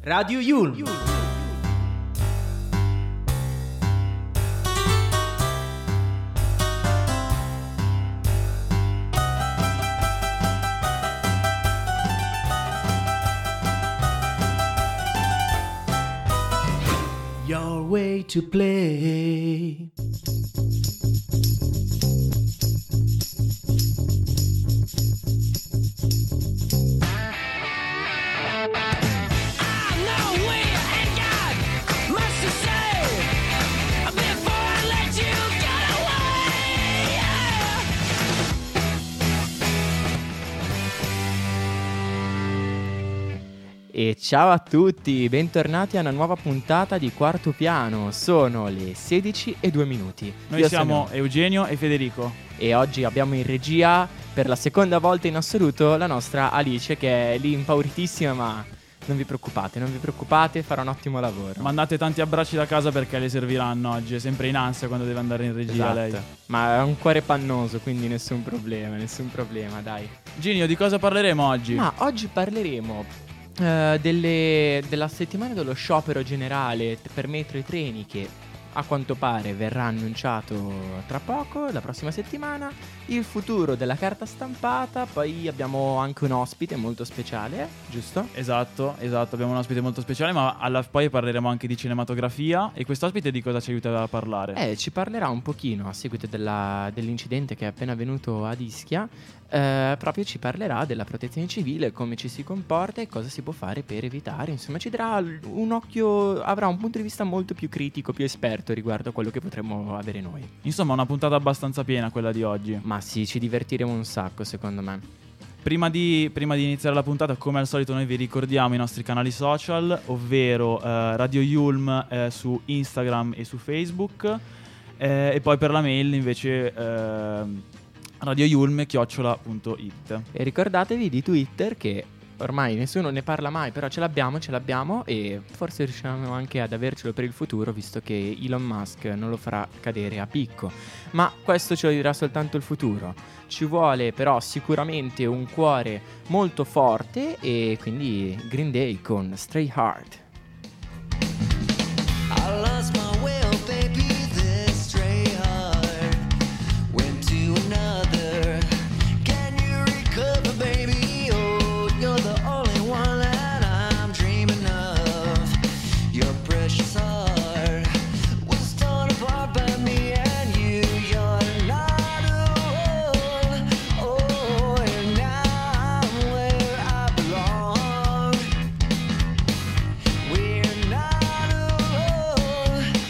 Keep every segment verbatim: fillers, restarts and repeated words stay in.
Radio Yulm. Your way to play. E ciao a tutti, bentornati a una nuova puntata di Quarto Piano. Sono le sedici e due minuti. Noi Io siamo sono... Eugenio e Federico. E oggi abbiamo in regia, per la seconda volta in assoluto, la nostra Alice, che è lì impauritissima, ma non vi preoccupate, non vi preoccupate, farà un ottimo lavoro. Mandate tanti abbracci da casa perché le serviranno oggi. È sempre in ansia quando deve andare in regia, Esatto. lei. Ma è un cuore pannoso, quindi nessun problema, nessun problema, dai. Genio, di cosa parleremo oggi? Ma oggi parleremo... Uh, delle, della settimana dello sciopero generale t- per metro e treni, che a quanto pare verrà annunciato tra poco, la prossima settimana, il futuro della carta stampata, poi abbiamo anche un ospite molto speciale, giusto? Esatto, esatto, abbiamo un ospite molto speciale, ma alla, poi parleremo anche di cinematografia. E quest'ospite di cosa ci aiuta a parlare? Eh, ci parlerà un pochino a seguito della, dell'incidente che è appena avvenuto ad Ischia. Eh, proprio ci parlerà della protezione civile, come ci si comporta e cosa si può fare per evitare. Insomma, ci darà un occhio, avrà un punto di vista molto più critico, più esperto riguardo a quello che potremmo avere noi. Insomma, una puntata abbastanza piena quella di oggi. Ma sì, ci divertiremo un sacco, secondo me. Prima di, prima di iniziare la puntata, come al solito, noi vi ricordiamo i nostri canali social, ovvero eh, Radio Yulm eh, su Instagram e su Facebook, eh, e poi per la mail invece eh, radioyulm chiocciola punto it. E ricordatevi di Twitter, che ormai nessuno ne parla mai, però ce l'abbiamo, ce l'abbiamo e forse riusciamo anche ad avercelo per il futuro, visto che Elon Musk non lo farà cadere a picco. Ma questo ce lo dirà soltanto il futuro. Ci vuole però sicuramente un cuore molto forte, e quindi Green Day con Stray Heart. I lost my will, baby, this stray heart went to another. Can you recover, baby? Oh, you're the only one that I'm dreaming of. Your precious heart was torn apart by me and you. You're not alone. Oh, and now I'm where I belong. We're not alone.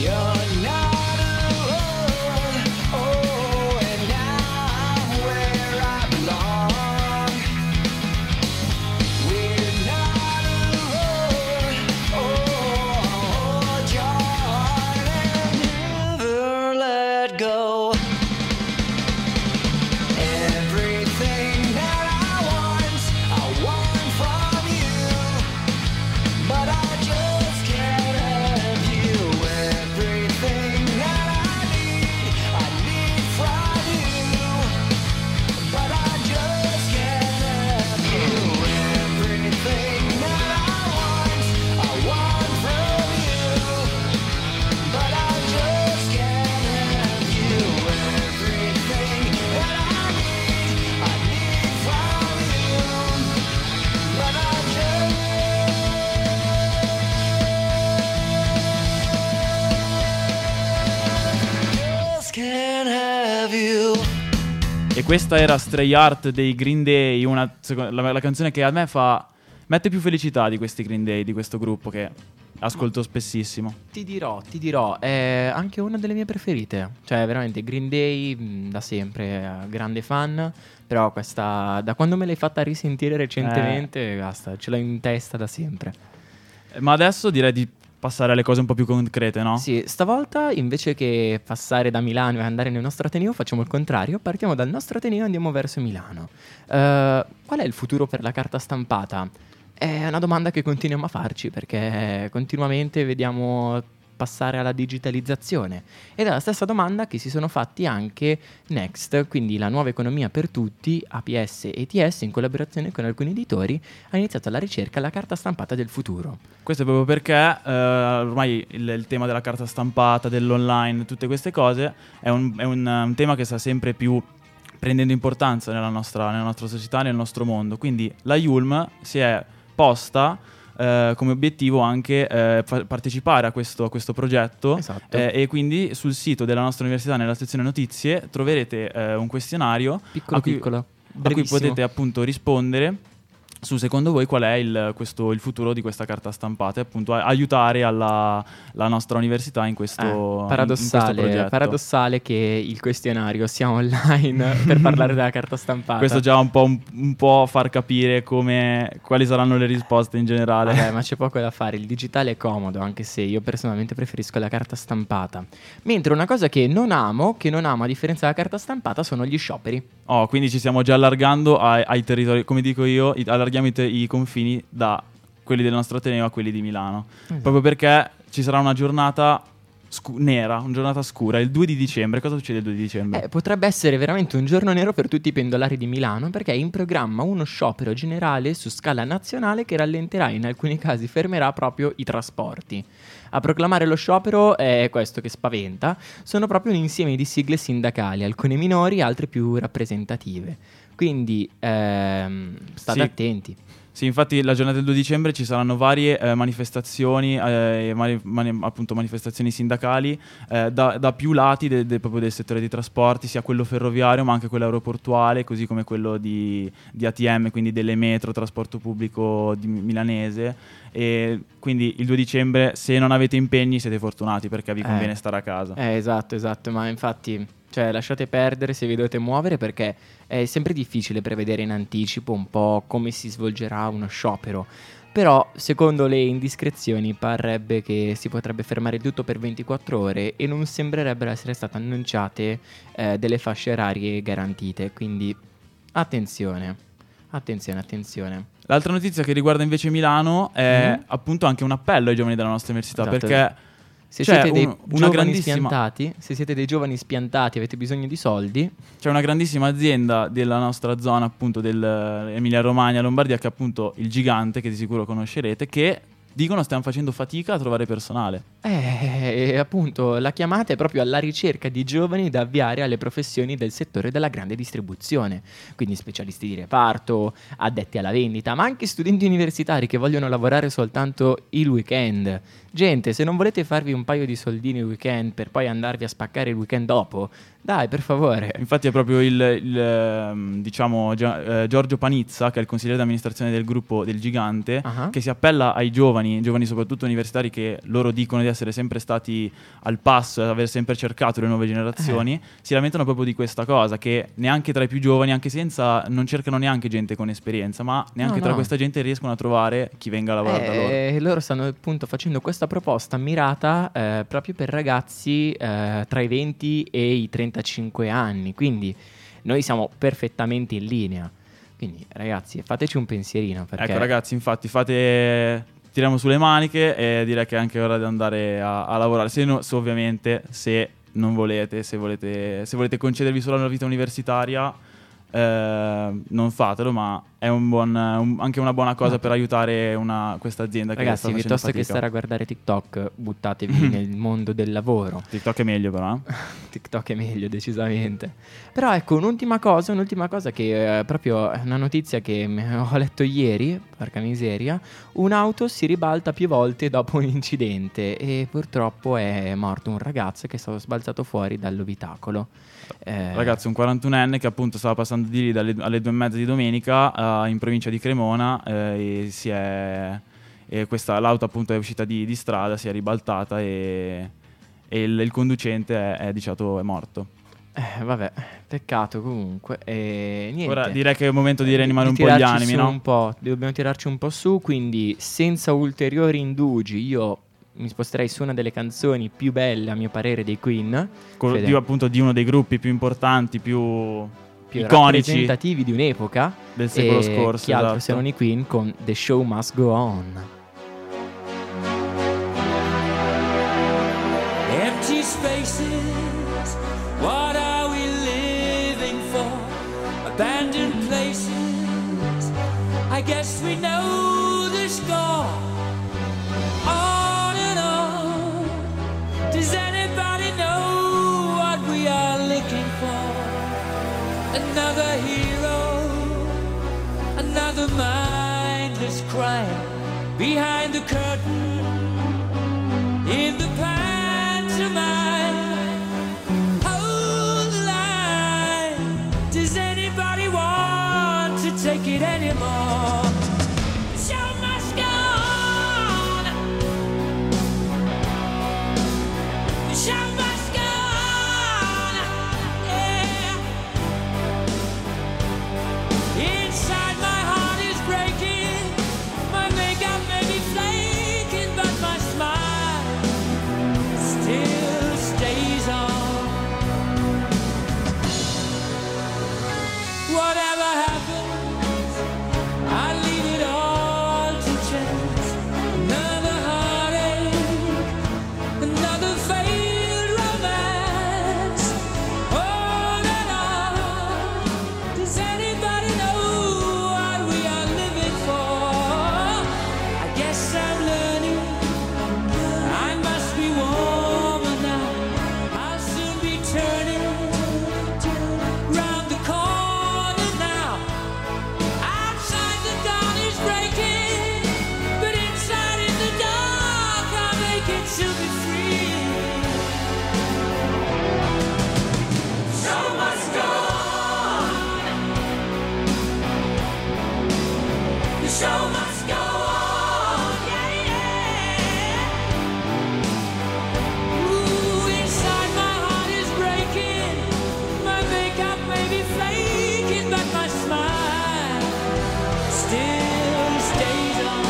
You're not alone. Oh, and now I'm where I belong. We're not alone. Oh, hold your heart and never let go. Everything that I want, I want from you, but I just can't have you. Everything that I need, I need from you, but I just can't have you. Everything that I want, I want from you, but I just can't have you. Everything that I need, I need from you, but I just can't have you. E questa era Stray Heart dei Green Day, una, secondo- la, la canzone che a me fa mette più felicità di questi Green Day, di questo gruppo che ascolto spessissimo. Ti dirò, ti dirò, è anche una delle mie preferite. Cioè, veramente, Green Day mh, da sempre, eh, grande fan. Però questa, da quando me l'hai fatta risentire recentemente, basta, ce l'ho in testa da sempre. Eh, Ma adesso direi di passare alle cose un po' più concrete, no? Sì, stavolta invece che passare da Milano e andare nel nostro Ateneo, facciamo il contrario. Partiamo dal nostro Ateneo e andiamo verso Milano. Eh, qual è il futuro per la carta stampata? È una domanda che continuiamo a farci perché continuamente vediamo passare alla digitalizzazione ed è la stessa domanda che si sono fatti anche Next, quindi la nuova economia per tutti, A P S e E T S in collaborazione con alcuni editori ha iniziato la ricerca alla carta stampata del futuro. Questo è proprio perché eh, ormai il, il tema della carta stampata, dell'online, tutte queste cose è un, è un, un tema che sta sempre più prendendo importanza nella nostra, nella nostra società, nel nostro mondo. Quindi la Yulm si è posta eh, come obiettivo anche eh, fa- partecipare a questo, a questo progetto. Esatto. eh, e quindi sul sito della nostra università, nella sezione notizie, troverete eh, un questionario Piccolo a cui, piccolo, a cui brevissimo. potete appunto rispondere su secondo voi qual è il, questo, il futuro di questa carta stampata e appunto a- aiutare alla, la nostra università in questo, Eh, in- in questo paradossale, progetto. paradossale che il questionario sia online per parlare della carta stampata. Questo già un po', un, un po' far capire come, quali saranno le risposte in generale. Vabbè, ma c'è poco da fare, il digitale è comodo, anche se io personalmente preferisco la carta stampata. Mentre una cosa che non amo, che non amo a differenza della carta stampata, sono gli scioperi. Oh, quindi ci stiamo già allargando ai, ai territori, come dico io, i- allarghiamo i, te- i confini da quelli del nostro Ateneo a quelli di Milano. Esatto. Proprio perché ci sarà una giornata scu- nera, una giornata scura, il due di dicembre. Cosa succede il due di dicembre? Eh, potrebbe essere veramente un giorno nero per tutti i pendolari di Milano perché è in programma uno sciopero generale su scala nazionale che rallenterà e in alcuni casi fermerà proprio i trasporti. A proclamare lo sciopero è questo che spaventa, sono proprio un insieme di sigle sindacali, alcune minori, altre più rappresentative. Quindi ehm, state Sì. attenti. Sì, infatti la giornata del due dicembre ci saranno varie eh, manifestazioni, eh, mani- mani- appunto manifestazioni sindacali eh, da, da più lati de- de- proprio del settore dei trasporti, sia quello ferroviario ma anche quello aeroportuale, così come quello di, di A T M, quindi delle metro, trasporto pubblico di- milanese. E quindi il due dicembre, se non avete impegni, siete fortunati perché vi Eh. conviene stare a casa. Eh, esatto, esatto, ma infatti, cioè, lasciate perdere se vi dovete muovere perché è sempre difficile prevedere in anticipo un po' come si svolgerà uno sciopero. Però, secondo le indiscrezioni, parrebbe che si potrebbe fermare tutto per ventiquattro ore e non sembrerebbero essere state annunciate eh, delle fasce orarie garantite, quindi attenzione, attenzione, attenzione. L'altra notizia che riguarda invece Milano è Mhm. appunto anche un appello ai giovani della nostra università, Esatto. perché Se c'è siete dei un- una giovani grandissima- spiantati, se siete dei giovani spiantati e avete bisogno di soldi, c'è una grandissima azienda della nostra zona, appunto dell'Emilia Romagna, Lombardia, che è appunto il Gigante, che di sicuro conoscerete, che dicono stiamo facendo fatica a trovare personale. Eh, e appunto la chiamata è proprio alla ricerca di giovani da avviare alle professioni del settore della grande distribuzione, quindi specialisti di reparto, addetti alla vendita, ma anche studenti universitari che vogliono lavorare soltanto il weekend. Gente, se non volete farvi un paio di soldini il weekend per poi andarvi a spaccare il weekend dopo, dai, per favore. Infatti è proprio il, il, ehm, diciamo Gia- eh, Giorgio Panizza, che è il consigliere d'amministrazione del gruppo del Gigante, Ah. che si appella ai giovani giovani, giovani soprattutto universitari, che loro dicono di essere sempre stati al passo e aver sempre cercato le nuove generazioni, Eh. si lamentano proprio di questa cosa, che neanche tra i più giovani, anche senza, non cercano neanche gente con esperienza, ma neanche No, tra no. questa gente riescono a trovare chi venga a lavorare da loro. Eh, loro stanno appunto facendo questa proposta mirata eh, proprio per ragazzi eh, tra i venti e i trentacinque anni, quindi noi siamo perfettamente in linea. Quindi ragazzi, fateci un pensierino, perché Ecco ragazzi, infatti fate, tiriamo sulle maniche e direi che è anche ora di andare a, a lavorare, se, no, se ovviamente se non volete, se volete, se volete concedervi solo la vita universitaria, eh, non fatelo, ma è un buon, un- anche una buona cosa No. per aiutare una, questa azienda che ragazzi, sta facendo piuttosto che fatica. stare a guardare TikTok, buttatevi nel mondo del lavoro. TikTok è meglio però, eh? TikTok è meglio, decisamente. Però ecco, un'ultima cosa, un'ultima cosa che è proprio una notizia che m- ho letto ieri, porca miseria. Un'auto si ribalta più volte dopo un incidente e purtroppo è morto un ragazzo che è stato sbalzato fuori dall'abitacolo. Eh, Ragazzi, un quarantunenne che appunto stava passando di lì dalle, alle due e mezza di domenica eh, in provincia di Cremona eh, e si è e questa, l'auto appunto è uscita di, di strada, si è ribaltata e, e il, il conducente è, è, diciamo, è morto. eh, vabbè, peccato comunque. E niente. Ora direi che è il momento di rianimare un po' gli tirarci animi, su no? un po', dobbiamo tirarci un po' su, quindi senza ulteriori indugi io mi sposterei su una delle canzoni più belle a mio parere dei Queen, Con- Fede. di, appunto di uno dei gruppi più importanti, più, più iconici rappresentativi di un'epoca, del secolo e scorso. chi altro esatto. se non i Queen con The Show Must Go On. Empty spaces, what are we living for? Abandoned places, I guess we know the score. On and on, does anybody know what we are looking for? Another hero, another mindless crime behind the curtain, in the pantomime. Hold the line, does anybody want to take it anymore? The show must go on. The show must go on. Yeah. Inside my heart is breaking, my makeup may be flaking, but my smile still stays on. Whatever happens, I leave it all to chance. Another heartache, another failed romance. On and on, does anybody know what we are living for? I guess I'm learning, I must be warmer now. I'll soon be turning round the corner now. Outside the dawn is breaking, but inside in the dark I'm aching to be free. Show must go on. The show must go on. Yeah, yeah. Ooh, inside my heart is breaking, my makeup may be flaking, but my smile still stays on.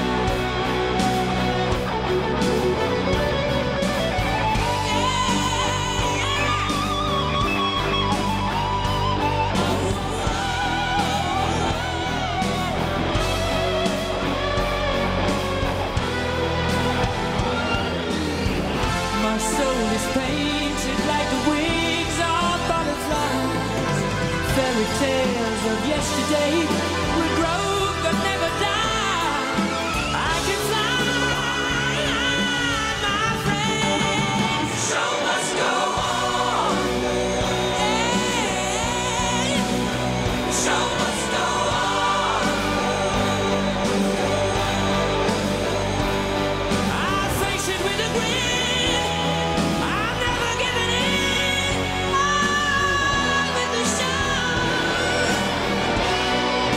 My soul is painted like the wings of butterflies. Fairy tales of yesterday will grow but never die. I can fly, my friend. The show must go on. Yeah. The show must go on. I face it with a grin. I'm never giving in. On with the show.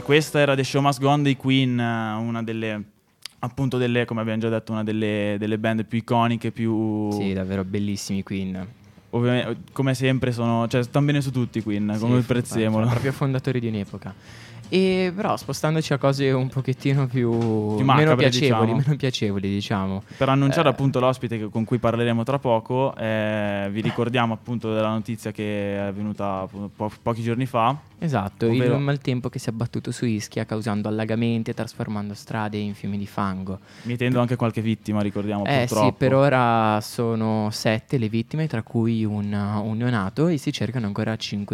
questa era The Show Must Go On dei Queen, eh, una delle, appunto delle, come abbiamo già detto, una delle, delle band più iconiche, più... Sì, davvero bellissimi Queen. Ovviamente, come sempre, sono, cioè, stanno bene su tutti Queen, Sì, come il fu- Prezzemolo. cioè, proprio fondatori di un'epoca. E però spostandoci a cose un pochettino più, Più meno macabre, piacevoli, diciamo. meno piacevoli, diciamo. Per annunciare Eh, appunto l'ospite che- con cui parleremo tra poco, eh, vi ricordiamo appunto della notizia che è avvenuta po- po- pochi giorni fa. Esatto, Ovvero- il maltempo che si è abbattuto su Ischia causando allagamenti e trasformando strade in fiumi di fango. Mietendo anche qualche vittima, ricordiamo, Eh purtroppo. sì, per ora sono sette le vittime, tra cui un, un neonato, e si cercano ancora cinque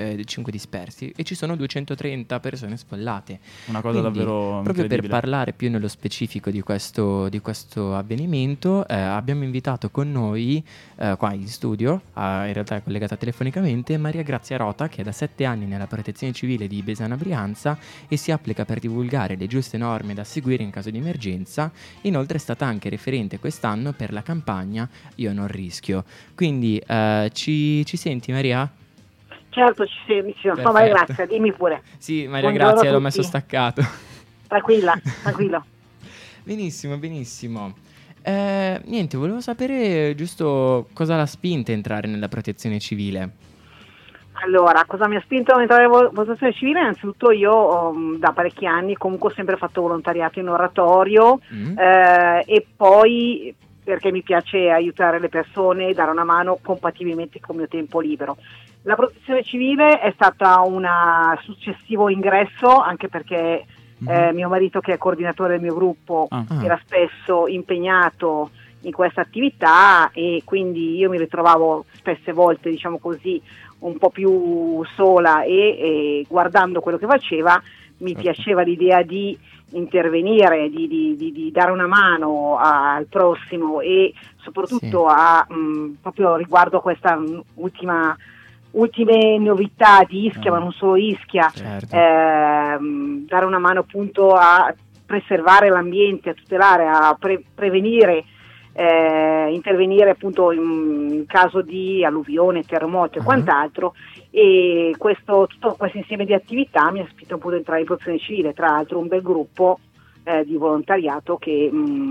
dispersi e ci sono duecentotrenta persone sfollate. Una cosa Quindi, davvero proprio per incredibile. parlare più nello specifico di questo, di questo avvenimento, eh, abbiamo invitato con noi eh, qua in studio, ah, in realtà è collegata telefonicamente, Maria Grazia Rota, che è da sette anni nella protezione civile di Besana Brianza e si applica per divulgare le giuste norme da seguire in caso di emergenza. Inoltre è stata anche referente quest'anno per la campagna Io non rischio. Quindi eh, ci, ci senti, Maria? Certo, ci sei, ci sono. Perfetto. Maria Grazia, dimmi pure. Sì, Maria Buongiorno Grazia, a l'ho tutti. messo staccato. Tranquilla, tranquillo. Benissimo, benissimo. Eh, niente, volevo sapere giusto cosa l'ha spinta a entrare nella protezione civile. Allora, cosa mi ha spinto ad entrare in vo- protezione civile? Innanzitutto io um, da parecchi anni comunque ho sempre fatto volontariato in oratorio Mm. eh, e poi perché mi piace aiutare le persone e dare una mano compatibilmente con il mio tempo libero. La protezione civile è stata un successivo ingresso anche perché eh, mio marito, che è coordinatore del mio gruppo, Ah. Ah. era spesso impegnato in questa attività e quindi io mi ritrovavo spesse volte, diciamo così, un po' più sola e, e guardando quello che faceva mi Certo. piaceva l'idea di intervenire, di, di- di- di dare una mano al prossimo e soprattutto a, mh, proprio riguardo a questa mh, ultima ultime novità di Ischia, Ah. ma non solo Ischia, Certo. ehm, dare una mano appunto a preservare l'ambiente, a tutelare, a pre- prevenire, eh, intervenire appunto in, in caso di alluvione, terremoto e Ah. quant'altro, e questo, tutto questo insieme di attività mi ha spinto appunto ad entrare in protezione civile, tra l'altro un bel gruppo eh, di volontariato che,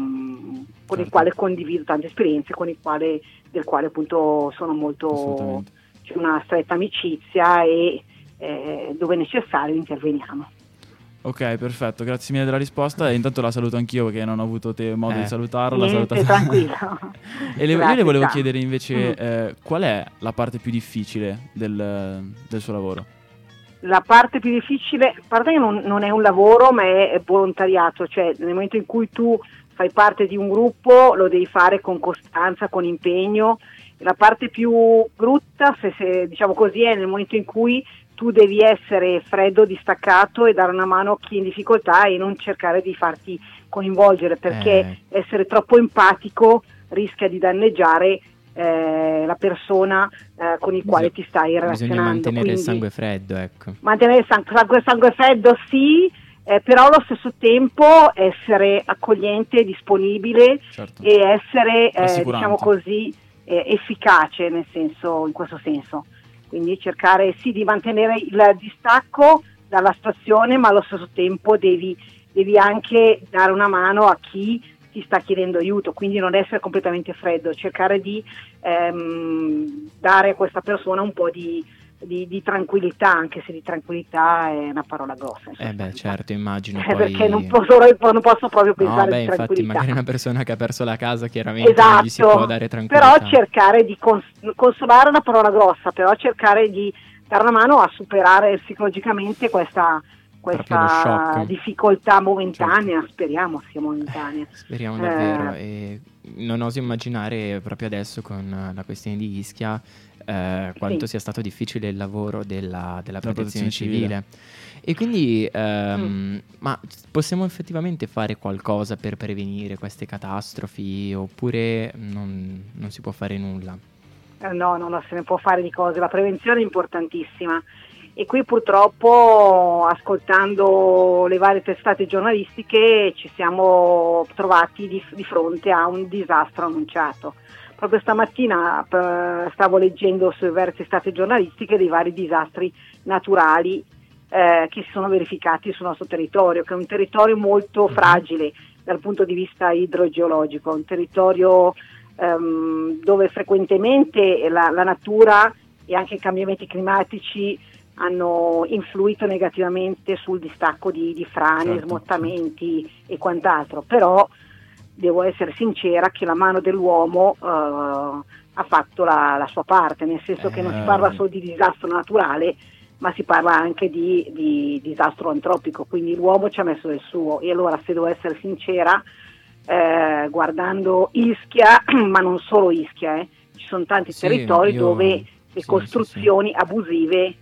mh, con il Certo. quale condivido tante esperienze, con il quale, del quale appunto sono molto, Assolutamente. c'è una stretta amicizia e eh, dove è necessario interveniamo. Ok, perfetto, grazie mille della risposta e intanto la saluto anch'io perché non ho avuto te- modo Eh. di salutarla. Niente, salutata- tranquillo. E le- io Grazie, le volevo ciao. chiedere invece Mm. eh, qual è la parte più difficile del, del suo lavoro? La parte più difficile, a parte che non, non è un lavoro ma è, è volontariato, cioè nel momento in cui tu fai parte di un gruppo lo devi fare con costanza, con impegno. La parte più brutta, se, se diciamo così, è nel momento in cui tu devi essere freddo, distaccato e dare una mano a chi è in difficoltà e non cercare di farti coinvolgere, perché Eh. essere troppo empatico rischia di danneggiare eh, la persona eh, con il quale Bisog- ti stai Bisogna relazionando. mantenere il Quindi sangue freddo, ecco. mantenere il sangue, sangue, sangue freddo sì, eh, però allo stesso tempo essere accogliente, disponibile Certo. e essere eh, Rassicurante. diciamo così eh, efficace nel senso, in questo senso. Quindi cercare sì di mantenere il distacco dalla situazione, ma allo stesso tempo devi, devi anche dare una mano a chi ti sta chiedendo aiuto, quindi non essere completamente freddo, cercare di ehm, dare a questa persona un po' di, di, di tranquillità, anche se di tranquillità è una parola grossa. in Eh beh, sostanza. certo, immagino Eh, poi... perché non posso, non posso proprio No, pensare beh, di infatti tranquillità. magari una persona che ha perso la casa chiaramente non gli si Esatto, può dare tranquillità. però cercare di cons- consolare è una parola grossa, però cercare di dare una mano a superare psicologicamente questa, Proprio lo questa shock. difficoltà momentanea, speriamo sia momentanea. Speriamo Eh. davvero. E non oso immaginare proprio adesso con eh, la questione di Ischia eh, quanto Sì. sia stato difficile il lavoro della, della Della protezione protezione civile. E quindi, ehm, Mm. ma possiamo effettivamente fare qualcosa per prevenire queste catastrofi oppure non, non si può fare nulla? Eh, No, no, no, se ne può fare di cose, la prevenzione è importantissima e qui purtroppo ascoltando le varie testate giornalistiche ci siamo trovati di, di fronte a un disastro annunciato. Proprio stamattina eh, stavo leggendo sulle varie testate giornalistiche dei vari disastri naturali eh, che si sono verificati sul nostro territorio, che è un territorio molto fragile dal punto di vista idrogeologico, un territorio ehm, dove frequentemente la, la natura e anche i cambiamenti climatici hanno influito negativamente sul distacco di, di frane, Certo, smottamenti e quant'altro, però devo essere sincera che la mano dell'uomo eh, ha fatto la, la sua parte, nel senso che non si Eh. parla solo di disastro naturale, ma si parla anche di, di disastro antropico, quindi l'uomo ci ha messo del suo. E allora, se devo essere sincera, eh, guardando Ischia, ma non solo Ischia, eh, ci sono tanti Sì, territori io- dove le sì, sì, costruzioni abusive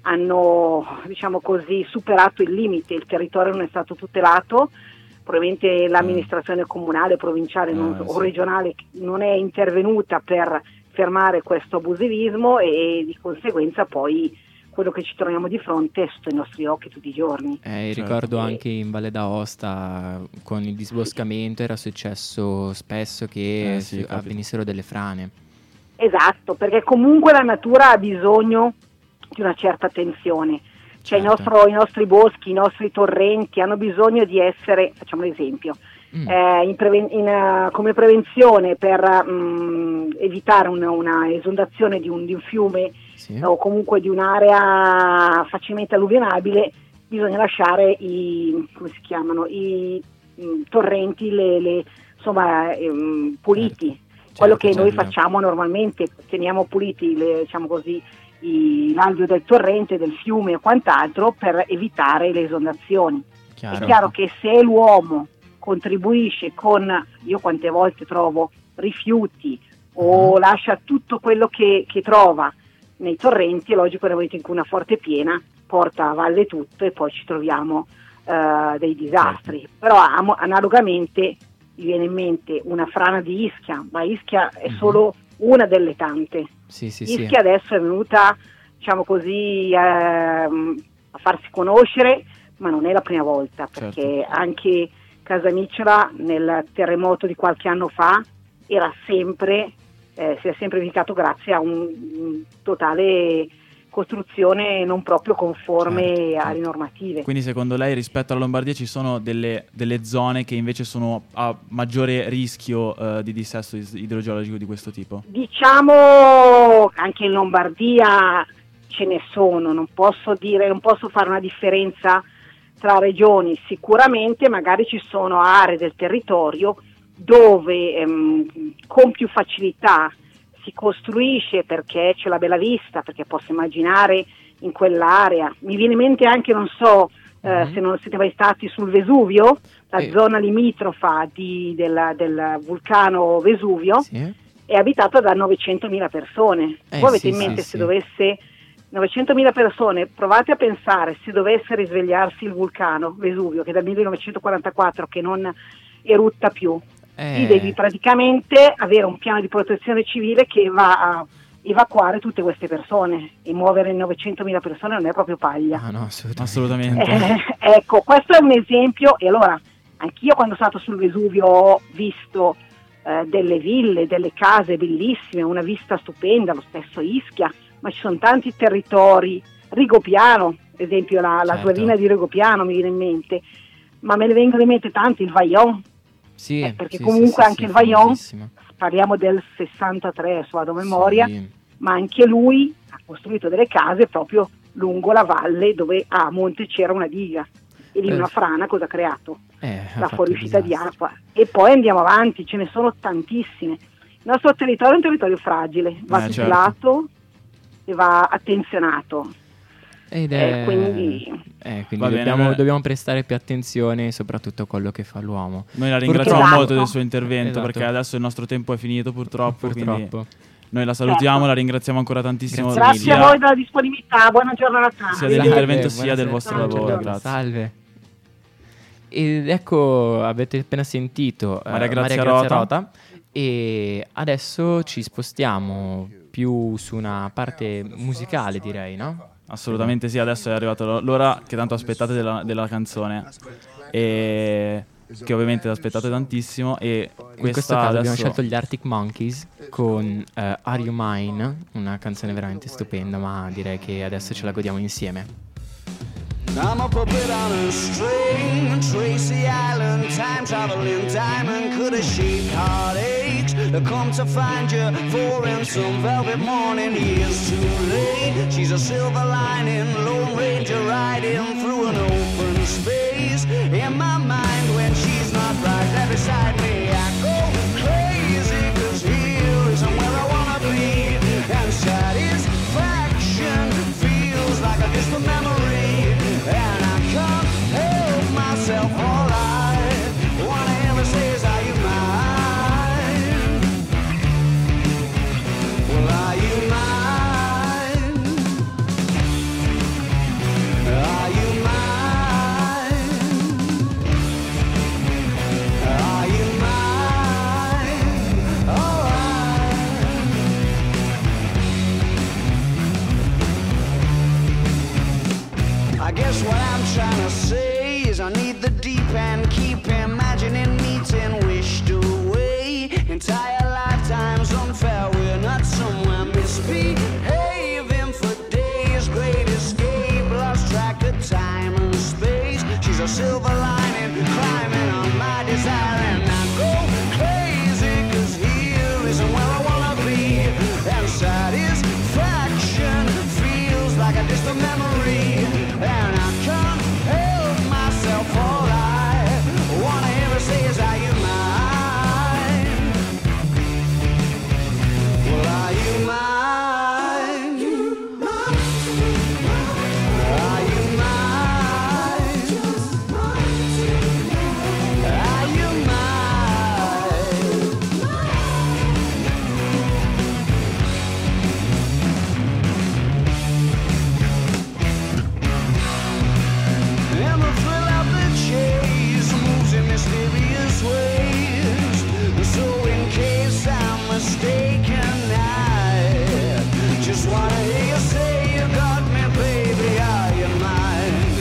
hanno, diciamo così, superato il limite, il territorio non è stato tutelato, probabilmente l'amministrazione comunale, provinciale non- Eh, o sì. regionale non è intervenuta per fermare questo abusivismo, e di conseguenza poi quello che ci troviamo di fronte è sotto i nostri occhi tutti i giorni. Eh, Certo. ricordo anche in Valle d'Aosta con il disboscamento era successo spesso che Eh, sì, s- capita. avvenissero delle frane. Esatto, perché comunque la natura ha bisogno di una certa attenzione. Cioè Certo. i, nostro- i nostri boschi, i nostri torrenti hanno bisogno di essere, facciamo un esempio, Mm. eh, in preven- in, eh, come prevenzione per mm, evitare una, una esondazione di un, di un fiume Sì. o comunque di un'area facilmente alluvionabile, bisogna lasciare i, come si chiamano, i mm, torrenti, le, le- insomma, ehm, puliti. Certo. Quello Certo, che noi certo. facciamo normalmente, teniamo puliti le, diciamo così, i- l'alveo del torrente, del fiume o quant'altro per evitare le esondazioni. Chiaro. È chiaro che se l'uomo contribuisce con, io quante volte trovo rifiuti o Mhm. lascia tutto quello che, che trova nei torrenti, è logico nel momento in cui una forte piena porta a valle tutto e poi ci troviamo eh, dei disastri. Però am- analogamente mi viene in mente una frana di Ischia, ma Ischia è Mhm. solo una delle tante. Sì, sì, sì. Ischia adesso è venuta, diciamo così, ehm, a farsi conoscere, ma non è la prima volta, perché Certo. anche Casamicciola nel terremoto di qualche anno fa era sempre, eh, si è sempre verificato grazie a un, un totale costruzione non proprio conforme Certo, certo. alle normative. Quindi secondo lei rispetto alla Lombardia ci sono delle, delle zone che invece sono a maggiore rischio eh, di dissesto is- idrogeologico di questo tipo? Diciamo anche in Lombardia ce ne sono, non posso dire, non posso fare una differenza tra regioni, sicuramente magari ci sono aree del territorio dove ehm, con più facilità si costruisce perché c'è la bella vista, perché posso immaginare in quell'area. Mi viene in mente anche, non so, eh, Mhm. se non siete mai stati sul Vesuvio, la Eh. zona limitrofa di- del, del vulcano Vesuvio, Sì. è abitata da novecentomila persone. Eh, Voi avete sì, in mente sì, se sì. dovesse novecentomila persone, provate a pensare se dovesse risvegliarsi il vulcano Vesuvio, che dal millenovecentoquarantaquattro che non erutta più. Eh, Lì devi praticamente avere un piano di protezione civile che va a evacuare tutte queste persone, e muovere novecentomila persone non è proprio paglia. ah, no, assolutamente. Assolutamente. Eh, ecco, questo è un esempio. E allora, anch'io quando sono stato sul Vesuvio ho visto eh, delle ville, delle case bellissime, una vista stupenda, lo stesso Ischia, ma ci sono tanti territori, Rigopiano, ad esempio la, la Certo. Suavina di Rigopiano mi viene in mente, ma me ne vengono in mente tanti, il Vajont, Sì, eh, perché sì, comunque sì, anche sì, il Vajont, famosissimo. parliamo del sessantatré, adesso vado a memoria, Sì. ma anche lui ha costruito delle case proprio lungo la valle dove a monte c'era una diga, e lì Eh. una frana cosa ha creato? Eh, ha La fatto fuoriuscita di disastri. acqua. E poi andiamo avanti, ce ne sono tantissime. Il nostro territorio è un territorio fragile, va Eh, tutelato e va attenzionato. Ed Eh, è... quindi- eh, quindi Va bene, dobbiamo, beh. dobbiamo prestare più attenzione soprattutto a quello che fa l'uomo. Noi la ringraziamo Purtroppo- molto del suo intervento Esatto. perché adesso il nostro tempo è finito purtroppo, quindi Purtroppo. noi la salutiamo, Certo. la ringraziamo ancora tantissimo Grazie Grazie sia, a voi della disponibilità, buona giornata. sia dell'intervento Salve, sia del buonasera. vostro Ciao, lavoro, ciao. grazie. Salve. Ed ecco, avete appena sentito eh, Maria Grazia Rota. Rota, e adesso ci spostiamo più su una parte musicale, direi, no? Assolutamente sì, adesso è arrivata l'o- l'ora che tanto aspettate della, della canzone, e che ovviamente aspettate tantissimo, e In questo questa caso abbiamo adesso scelto gli Arctic Monkeys con eh, Are You Mine, una canzone veramente stupenda, ma direi che adesso ce la godiamo insieme. I'm a puppet on a string, Tracy Island, time traveling diamond, could have shaped heartaches to come to find you for in some velvet morning. Years too late, she's a silver lining, Lone Ranger riding through an open space. In my mind when she's not right there beside me, I go crazy, cause here isn't where I wanna be, and satisfaction feels like a distant memory. And I can't help myself, all I wanna ever say is, are you mine? Well, are you mine? Are you mine? Are you mine? Alright. I guess what I'm trying to say is I need the deep end, keep imagining meeting wished away. Entire lifetimes unfair, we're not somewhere misbehaving for days. Great escape, lost track of time and space. She's a silver lining, climbing on my desire, and I go crazy, cause here isn't where I wanna be, and satisfaction feels like a distant memory. And I can't help myself, all I wanna ever say is, are you mine? Well, are you mine? Are you mine? Are you mine? And the thrill of the chase moves in mysterious ways. So in case I'm mistaken, I just wanna hear you say you got me, baby, are you mine?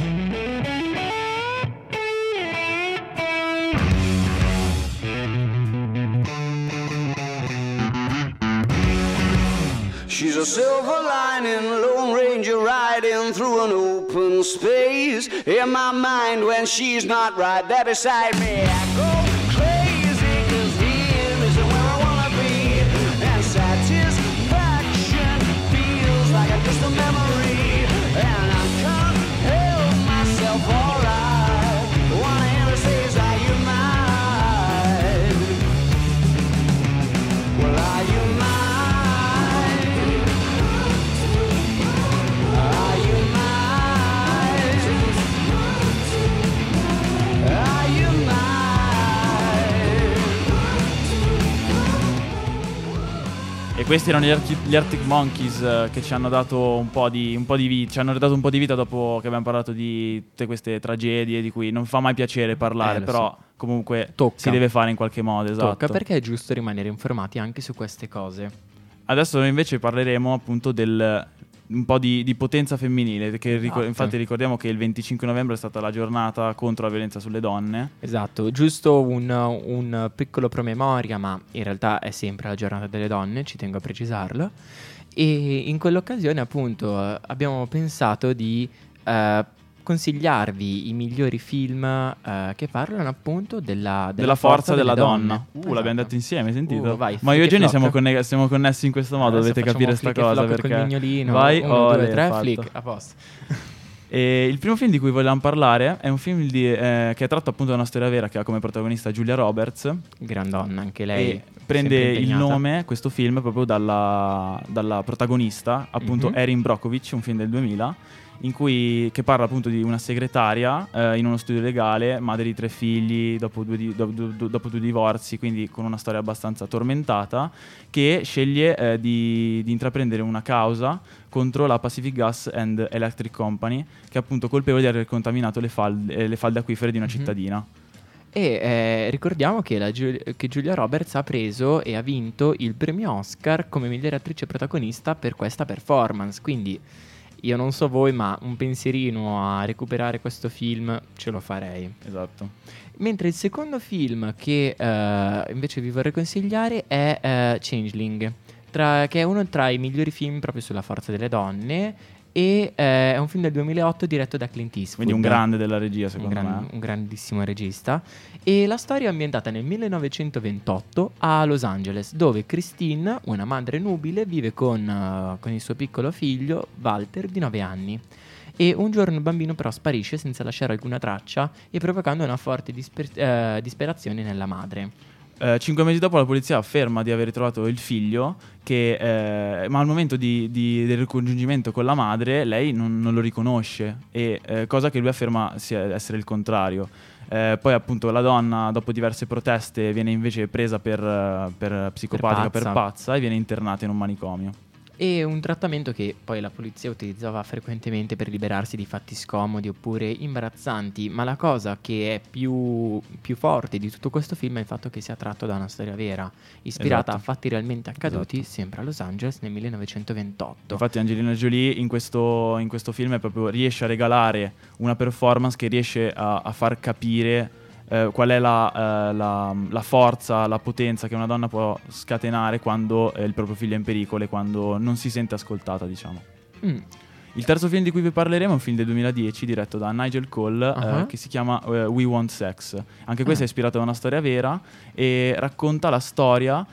She's a silver lining, Lone Ranger riding through an open space. In my mind when she's not right there beside me, I go crazy, cause here isn't where I wanna be, and satisfaction feels like a distant memory. And I can't help myself, all I wanna ever say is, are you mine? Well, are you mine? Are you mine? Are you mine? E questi erano gli, Arctic, gli Arctic Monkeys, eh, che ci hanno dato un po' di, un po' di vita, ci hanno dato un po' di vita dopo che abbiamo parlato di tutte queste tragedie di cui non fa mai piacere parlare, Eh, lo però so. comunque Tocca. si deve fare in qualche modo, esatto. Tocca, perché è giusto rimanere informati anche su queste cose. Adesso noi invece parleremo appunto del un po' di, di potenza femminile, che ricor- Esatto. infatti ricordiamo che il venticinque novembre è stata la giornata contro la violenza sulle donne. Esatto, giusto un, un piccolo promemoria, ma in realtà è sempre la giornata delle donne, ci tengo a precisarlo. E in quell'occasione appunto eh, abbiamo pensato di eh, consigliarvi i migliori film eh, che parlano appunto della, della, della forza, della, delle donna. donne. Uh, Esatto. l'abbiamo detto insieme, hai sentito? Uh, vai, Ma io e flick e Jenny flock. siamo, conne- siamo connessi in questo modo, Adesso dovete facciamo capire sta flick e cosa flock perché col mignolino. vai, uno, ole, due, tre, fatto. flick, a posto. E il primo film di cui vogliamo parlare è un film di, eh, che è tratto appunto da una storia vera, che ha come protagonista Julia Roberts. Gran donna anche lei. E prende sempre il impegnata. nome, questo film, proprio dalla, dalla protagonista, appunto Mhm. Erin Brockovich, un film del duemila, in cui, che parla appunto di una segretaria eh, in uno studio legale, madre di tre figli, dopo due, di- do- do- do- dopo due divorzi, quindi con una storia abbastanza tormentata, che sceglie eh, di, di intraprendere una causa contro la Pacific Gas and Electric Company, che è appunto colpevole di aver contaminato le falde, eh, le falde acquifere di una Mhm. cittadina. E eh, ricordiamo che, la Giu- che Julia Roberts ha preso e ha vinto il premio Oscar come migliore attrice protagonista per questa performance, quindi io non so voi, ma un pensierino a recuperare questo film ce lo farei. Esatto. Mentre il secondo film che eh, invece vi vorrei consigliare è eh, Changeling, tra- che è uno tra i migliori film proprio sulla forza delle donne. e eh, è un film del duemilaotto diretto da Clint Eastwood. Quindi un grande della regia, un, secondo gran- me. un grandissimo regista. E la storia è ambientata nel millenovecentoventotto a Los Angeles, dove Christine, una madre nubile, vive con, uh, con il suo piccolo figlio Walter di nove anni. E un giorno il bambino però sparisce senza lasciare alcuna traccia e provocando una forte disper- eh, disperazione nella madre. Eh, cinque mesi dopo la polizia afferma di aver trovato il figlio, che, eh, ma al momento di, di- del ricongiungimento con la madre lei non, non lo riconosce, e, eh, cosa che lui afferma sia essere il contrario. Eh, poi appunto la donna, dopo diverse proteste, viene invece presa per, eh, per psicopatica, per pazza. per pazza, e viene internata in un manicomio. E un trattamento che poi la polizia utilizzava frequentemente per liberarsi di fatti scomodi oppure imbarazzanti, ma la cosa che è più, più forte di tutto questo film è il fatto che sia tratto da una storia vera, ispirata Esatto. a fatti realmente accaduti Esatto. sempre a Los Angeles nel millenovecentoventotto. Infatti Angelina Jolie in questo, in questo film è proprio, riesce a regalare una performance che riesce a, a far capire eh, qual è la, eh, la, la forza, la potenza che una donna può scatenare quando eh, il proprio figlio è in pericolo e quando non si sente ascoltata, diciamo. Mm. Il terzo film di cui vi parleremo è un film del duemiladieci diretto da Nigel Cole, Uh-huh. eh, che si chiama eh, We Want Sex. Anche questo Ah. è ispirato da una storia vera e racconta la storia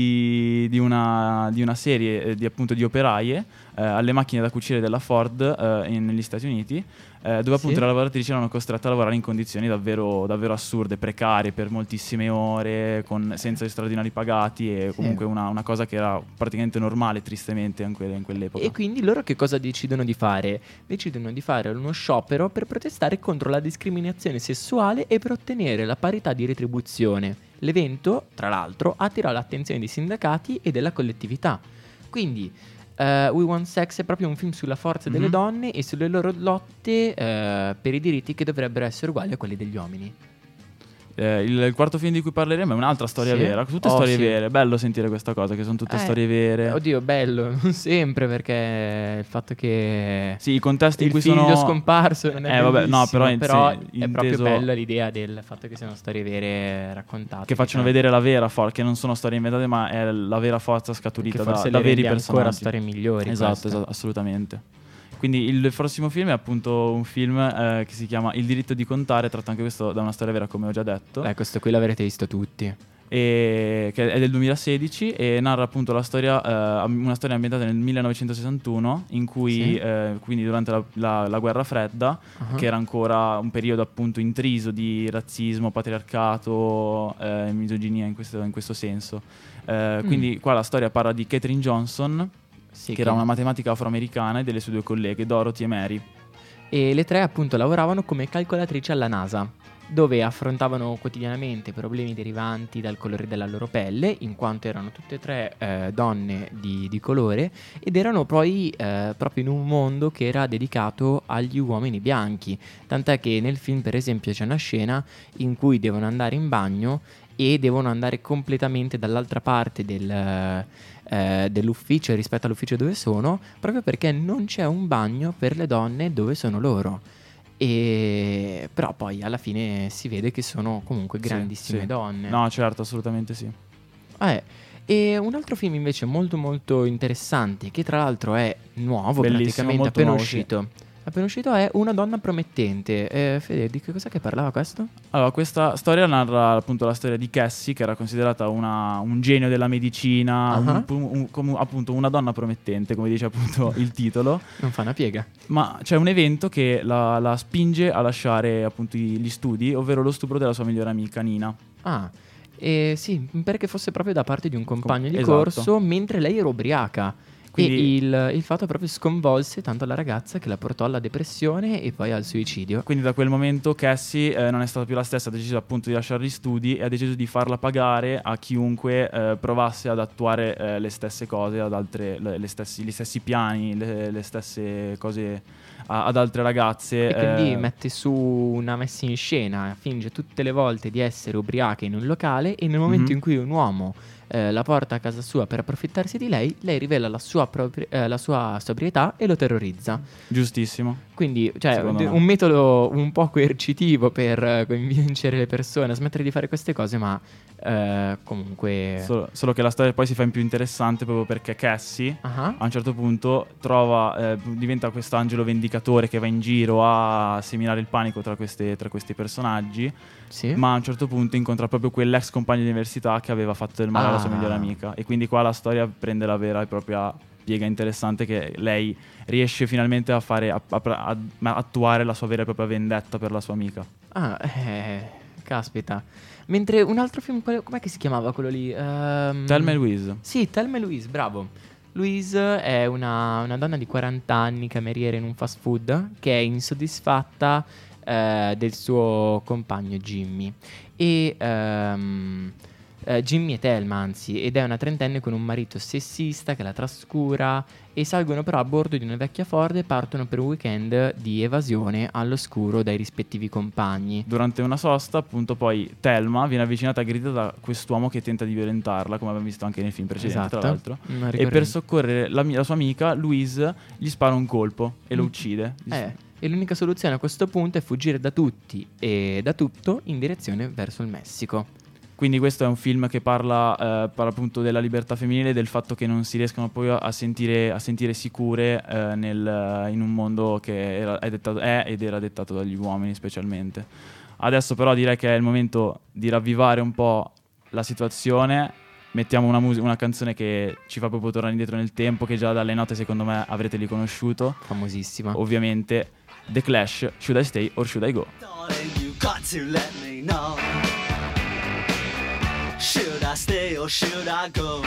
di, di, una, di una serie eh, di, appunto, di operaie eh, alle macchine da cucire della Ford eh, in- negli Stati Uniti, eh, dove appunto Sì. le lavoratrici erano costrette a lavorare in condizioni davvero, davvero assurde, precarie, per moltissime ore, con, senza straordinari pagati, e Sì. comunque una, una cosa che era praticamente normale, tristemente, in, que- in quell'epoca. E quindi loro che cosa decidono di fare? Decidono di fare uno sciopero per protestare contro la discriminazione sessuale e per ottenere la parità di retribuzione. L'evento, tra l'altro, attirò l'attenzione dei sindacati e della collettività. Quindi eh, We Want Sex è proprio un film sulla forza delle Mhm. donne e sulle loro lotte eh, per i diritti che dovrebbero essere uguali a quelli degli uomini. Eh, il, il quarto film di cui parleremo è un'altra storia Sì? vera, tutte Oh, storie sì. vere. Bello sentire questa cosa, che sono tutte Eh, storie vere. Oddio, bello, non sempre, perché il fatto che Sì, i contesti in il cui figlio sono scomparso non è Eh, vabbè, no, bellissimo, però, in- però sì, è proprio inteso- bella l'idea del fatto che siano storie vere raccontate, che facciano diciamo, vedere la vera forza, che non sono storie inventate, ma è la vera forza scaturita che da, forse da le veri rende ancora personaggi. storie migliori. Esatto, queste. esatto, assolutamente. Quindi il prossimo film è appunto un film eh, che si chiama Il diritto di contare, tratto anche questo da una storia vera, come ho già detto. Beh, questo qui l'avrete visto tutti. E che è del duemilasedici e narra appunto la storia, eh, una storia ambientata nel millenovecentosessantuno, in cui Sì. eh, quindi durante la, la- la guerra fredda, Uh-huh. che era ancora un periodo appunto intriso di razzismo, patriarcato, eh, misoginia in questo, in questo senso. Eh, Mm. Quindi qua la storia parla di Katherine Johnson, Sì, che era una matematica afroamericana, e delle sue due colleghe Dorothy e Mary. E le tre appunto lavoravano come calcolatrici alla NASA, dove affrontavano quotidianamente problemi derivanti dal colore della loro pelle, in quanto erano tutte e tre eh, donne di, di colore, ed erano poi eh, proprio in un mondo che era dedicato agli uomini bianchi. Tant'è che nel film, per esempio, c'è una scena in cui devono andare in bagno e devono andare completamente dall'altra parte del, eh, dell'ufficio rispetto all'ufficio dove sono, proprio perché non c'è un bagno per le donne dove sono loro. E però poi alla fine si vede che sono comunque Sì, grandissime sì. donne. No, certo, assolutamente sì. Eh, e un altro film invece molto molto interessante, che tra l'altro è nuovo, Bellissimo, praticamente molto appena nuovo, sì. uscito. Appena uscito è Una donna promettente. Eh, Fede, di che cosa che parlava questo? Allora, questa storia narra appunto la storia di Cassie, che era considerata una- un genio della medicina, un- Ah. un- come appunto una donna promettente, come dice appunto il titolo. Non fa una piega. Ma c'è un evento che la, la spinge a lasciare appunto i- gli studi, ovvero lo stupro della sua migliore amica Nina. Ah, eh, sì, perché fosse proprio da parte di un compagno di esatto. corso mentre lei era ubriaca. Quindi- E il, il fatto proprio sconvolse tanto la ragazza che la portò alla depressione e poi al suicidio. Quindi da quel momento Cassie eh, non è stata più la stessa, ha deciso appunto di lasciare gli studi e ha deciso di farla pagare a chiunque eh, provasse ad attuare eh, le stesse cose, ad altre, le, le stessi, gli stessi piani, le, le stesse cose a- ad altre ragazze. E quindi eh, mette su una messa in scena, finge tutte le volte di essere ubriaca in un locale e nel momento Mhm. in cui un uomo eh, la porta a casa sua per approfittarsi di lei, lei rivela la sua, propri- eh, la sua sobrietà e lo terrorizza. Giustissimo. Quindi, cioè, Secondo d- me. un metodo un po' coercitivo per eh, convincere le persone a smettere di fare queste cose, ma eh, comunque... Solo, solo che la storia poi si fa in più interessante proprio perché Cassie Ah, a un certo punto trova, eh, diventa quest'angelo vendicatore che va in giro a seminare il panico tra, queste, tra questi personaggi, sì. ma a un certo punto incontra proprio quell'ex compagno di università che aveva fatto del male alla sua Ah. migliore amica, e quindi qua la storia prende la vera e propria piega interessante, che lei riesce finalmente a fare a, a- a- a attuare la sua vera e propria vendetta per la sua amica. Ah, eh, caspita. Mentre un altro film, qual- com'è che si chiamava quello lì? Ehm, Thelma e Louise. Sì, Thelma e Louise, bravo. Louise è una, una donna di quaranta anni, cameriera in un fast food, che è insoddisfatta eh, del suo compagno Jimmy. E ehm, eh, Jimmy è Thelma, anzi, ed è una trentenne con un marito sessista che la trascura, e salgono però a bordo di una vecchia Ford e partono per un weekend di evasione all'oscuro dai rispettivi compagni. Durante una sosta, appunto, poi Thelma viene avvicinata a grida da quest'uomo che tenta di violentarla, come abbiamo visto anche nei film precedenti, Esatto. tra l'altro. Una E per ricorrente. soccorrere la, mia- la sua amica, Louise gli spara un colpo e lo Mm. uccide. Gli Eh, e l'unica soluzione a questo punto è fuggire da tutti e da tutto in direzione verso il Messico. Quindi questo è un film che parla, eh, parla appunto della libertà femminile, del fatto che non si riescono poi a sentire, a sentire sicure eh, nel- in un mondo che era, è, dettato, è ed era dettato dagli uomini specialmente. Adesso però direi che è il momento di ravvivare un po' la situazione. Mettiamo una, mus- una canzone che ci fa proprio tornare indietro nel tempo, che già dalle note secondo me avrete riconosciuto. Famosissima. Ovviamente The Clash, Should I Stay or Should I Go? Darling, you got to let me know. Should I stay or should I go?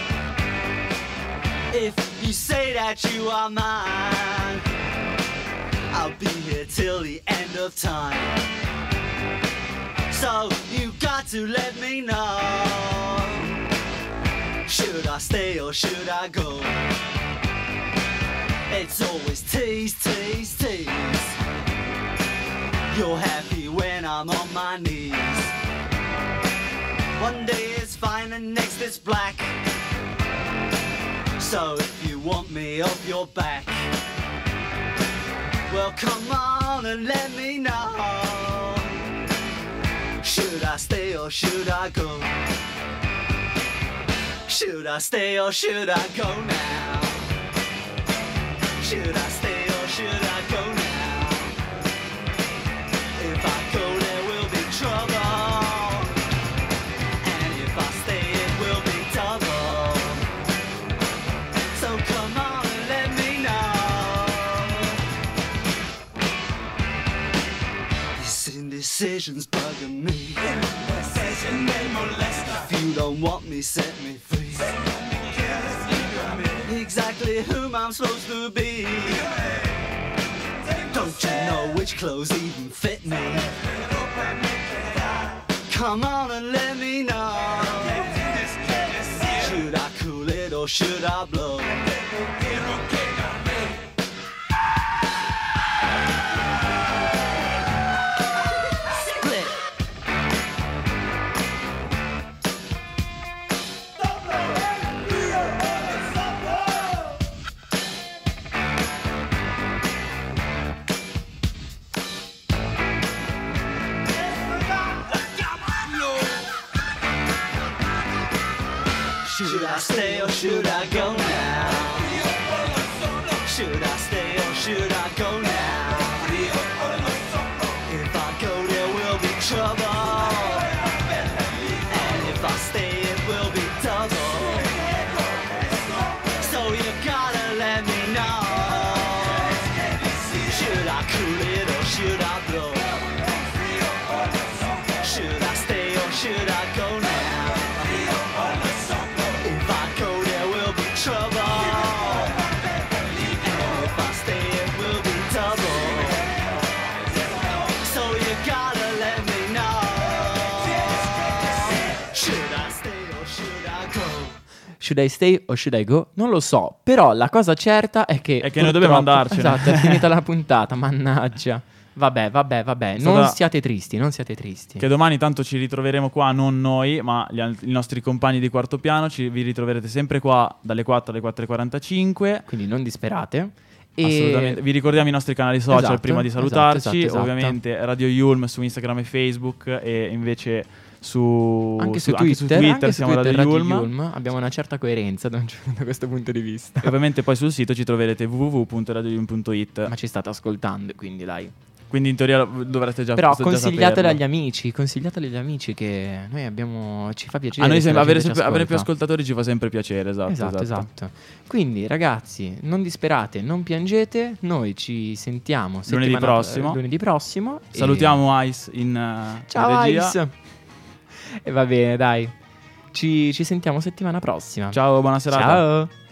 If you say that you are mine, I'll be here till the end of time. So you got to let me know. Should I stay or should I go? It's always tease, tease, tease. You're happy when I'm on my knees. One day it's fine and next it's black. So if you want me off your back, well come on and let me know. Should I stay or should I go? Should I stay or should I go now? Should I stay or should I go now? If I go there will be trouble, and if I stay it will be double. So come on and let me know. These indecisions bugging me. If you don't want me, set me free. Exactly whom I'm supposed to be. Don't you know which clothes even fit me? Come on and let me know. Should I cool it or should I blow? Split. Should I stay or should I go now? Should I stay or should I go now? If I go there will be trouble, and if I stay it will be double. So you gotta let me know. Should I cool it or should I blow? Should I stay or should I go now? If I go there will be trouble, and if I stay it will be double. So you gotta let me know. Should I stay or should I go? Should I stay or should I go? Non lo so, però la cosa certa è che È che noi dobbiamo purtroppo- andarcene. Esatto, è finita la puntata, mannaggia. Vabbè, vabbè, vabbè, È non stata- siate tristi, non siate tristi. Che domani tanto ci ritroveremo qua, non noi, ma gli al- i nostri compagni di quarto piano. Ci, vi ritroverete sempre qua dalle quattro alle quattro e quarantacinque. Quindi non disperate. E... Assolutamente. Vi ricordiamo i nostri canali social Esatto, prima di esatto, salutarci. esatto, esatto. Ovviamente Radio Yulm su Instagram e Facebook, e invece su Anche su, su- Twitter, su Twitter anche su siamo Twitter Radio Radio Yulm. Yulm. Abbiamo una certa coerenza da, un- da questo punto di vista. E ovviamente poi sul sito ci troverete w w w punto radio yulm punto i t. Ma ci state ascoltando, quindi dai. Quindi in teoria dovrete già Però già consigliatelo saperlo. agli amici, consigliatelo agli amici che noi abbiamo, ci fa piacere. A noi se sembra la avere, gente ci sempre- avere più ascolta. ascoltatori ci fa sempre piacere, esatto. Esatto, esatto. Quindi ragazzi, non disperate, non piangete, noi ci sentiamo Lunedì settimana- prossimo. eh, lunedì prossimo e- Salutiamo Ice in, uh, Ciao in regia. Ice. E va bene, dai. Ci, ci sentiamo settimana prossima. Ciao, buona serata. Ciao.